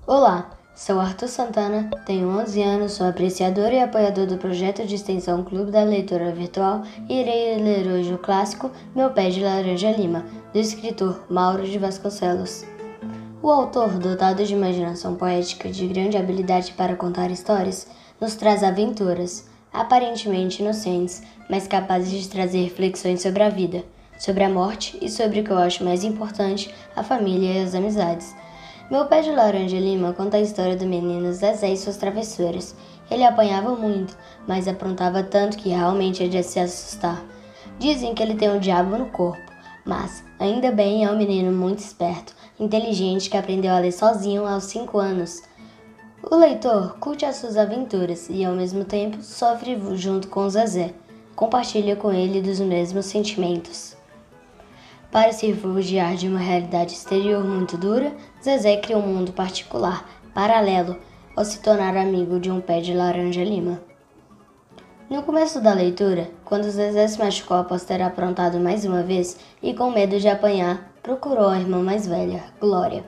Olá, sou Arthur Santana, tenho 11 anos, sou apreciador e apoiador do projeto de extensão Clube da Leitura Virtual e irei ler hoje o clássico Meu Pé de Laranja Lima, do escritor Mauro de Vasconcelos. O autor, dotado de imaginação poética e de grande habilidade para contar histórias, nos traz aventuras, aparentemente inocentes, mas capazes de trazer reflexões sobre a vida, sobre a morte e sobre o que eu acho mais importante, a família e as amizades. Meu Pé de Laranja Lima conta a história do menino Zezé e suas travessuras. Ele apanhava muito, mas aprontava tanto que realmente é de se assustar. Dizem que ele tem o diabo no corpo, mas, ainda bem, é um menino muito esperto, inteligente que aprendeu a ler sozinho aos 5 anos. O leitor curte as suas aventuras e, ao mesmo tempo, sofre junto com Zezé. Compartilha com ele dos mesmos sentimentos. Para se refugiar de uma realidade exterior muito dura, Zezé cria um mundo particular, paralelo, ao se tornar amigo de um pé de laranja lima. No começo da leitura, quando Zezé se machucou após ter aprontado mais uma vez e com medo de apanhar, procurou a irmã mais velha, Glória.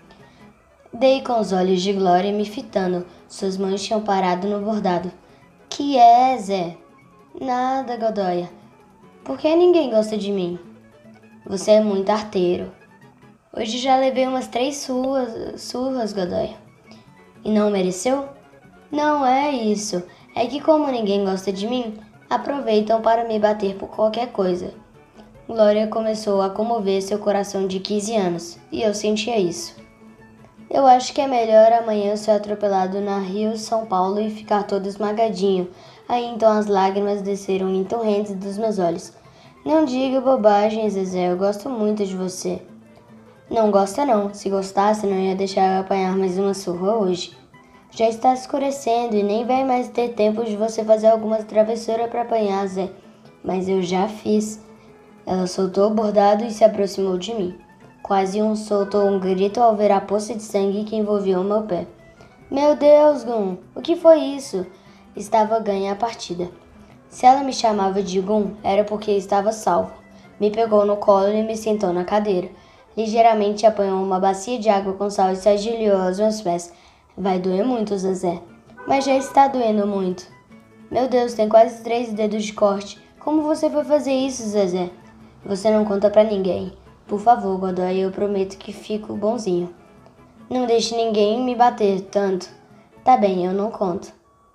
Dei com os olhos de Glória me fitando, suas mãos tinham parado no bordado. Que é, Zé? Nada, Godoia. Por que ninguém gosta de mim? Você é muito arteiro. Hoje já levei umas 3 surras, Godoy. E não mereceu? Não é isso. É que como ninguém gosta de mim, aproveitam para me bater por qualquer coisa. Glória começou a comover seu coração de 15 anos, e eu sentia isso. Eu acho que é melhor amanhã ser atropelado na Rio São Paulo e ficar todo esmagadinho. Aí então as lágrimas desceram em torrentes dos meus olhos. Não diga bobagem, Zezé, eu gosto muito de você. Não gosta não, se gostasse não ia deixar eu apanhar mais uma surra hoje. Já está escurecendo e nem vai mais ter tempo de você fazer alguma travessura para apanhar, Zé. Mas eu já fiz. Ela soltou o bordado e se aproximou de mim. Quase soltou um grito ao ver a poça de sangue que envolvia o meu pé. Meu Deus, Gum, o que foi isso? Estava ganha a partida. Se ela me chamava de Gum, era porque estava salvo. Me pegou no colo e me sentou na cadeira. Ligeiramente apanhou uma bacia de água com sal e se agiliou aos meus pés. Vai doer muito, Zezé. Mas já está doendo muito. Meu Deus, tem quase 3 dedos de corte. Como você foi fazer isso, Zezé? Você não conta pra ninguém. Por favor, Godoy, eu prometo que fico bonzinho. Não deixe ninguém me bater tanto. Tá bem, eu não conto.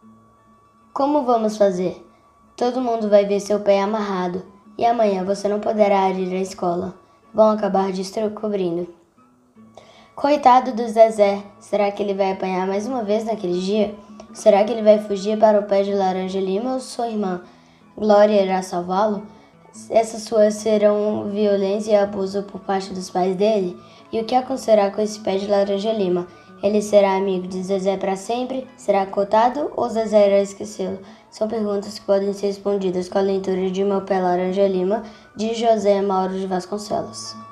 Como vamos fazer? Todo mundo vai ver seu pé amarrado, e amanhã você não poderá ir à escola. Vão acabar descobrindo. Coitado do Zezé, será que ele vai apanhar mais uma vez naquele dia? Será que ele vai fugir para o pé de laranja lima ou sua irmã Glória irá salvá-lo? Essas suas serão violência e abuso por parte dos pais dele? E o que acontecerá com esse pé de laranja lima? Ele será amigo de Zezé para sempre? Será cotado ou Zezé irá esquecê-lo? São perguntas que podem ser respondidas com a leitura de Meu Pé Laranja Lima, de José Mauro de Vasconcelos.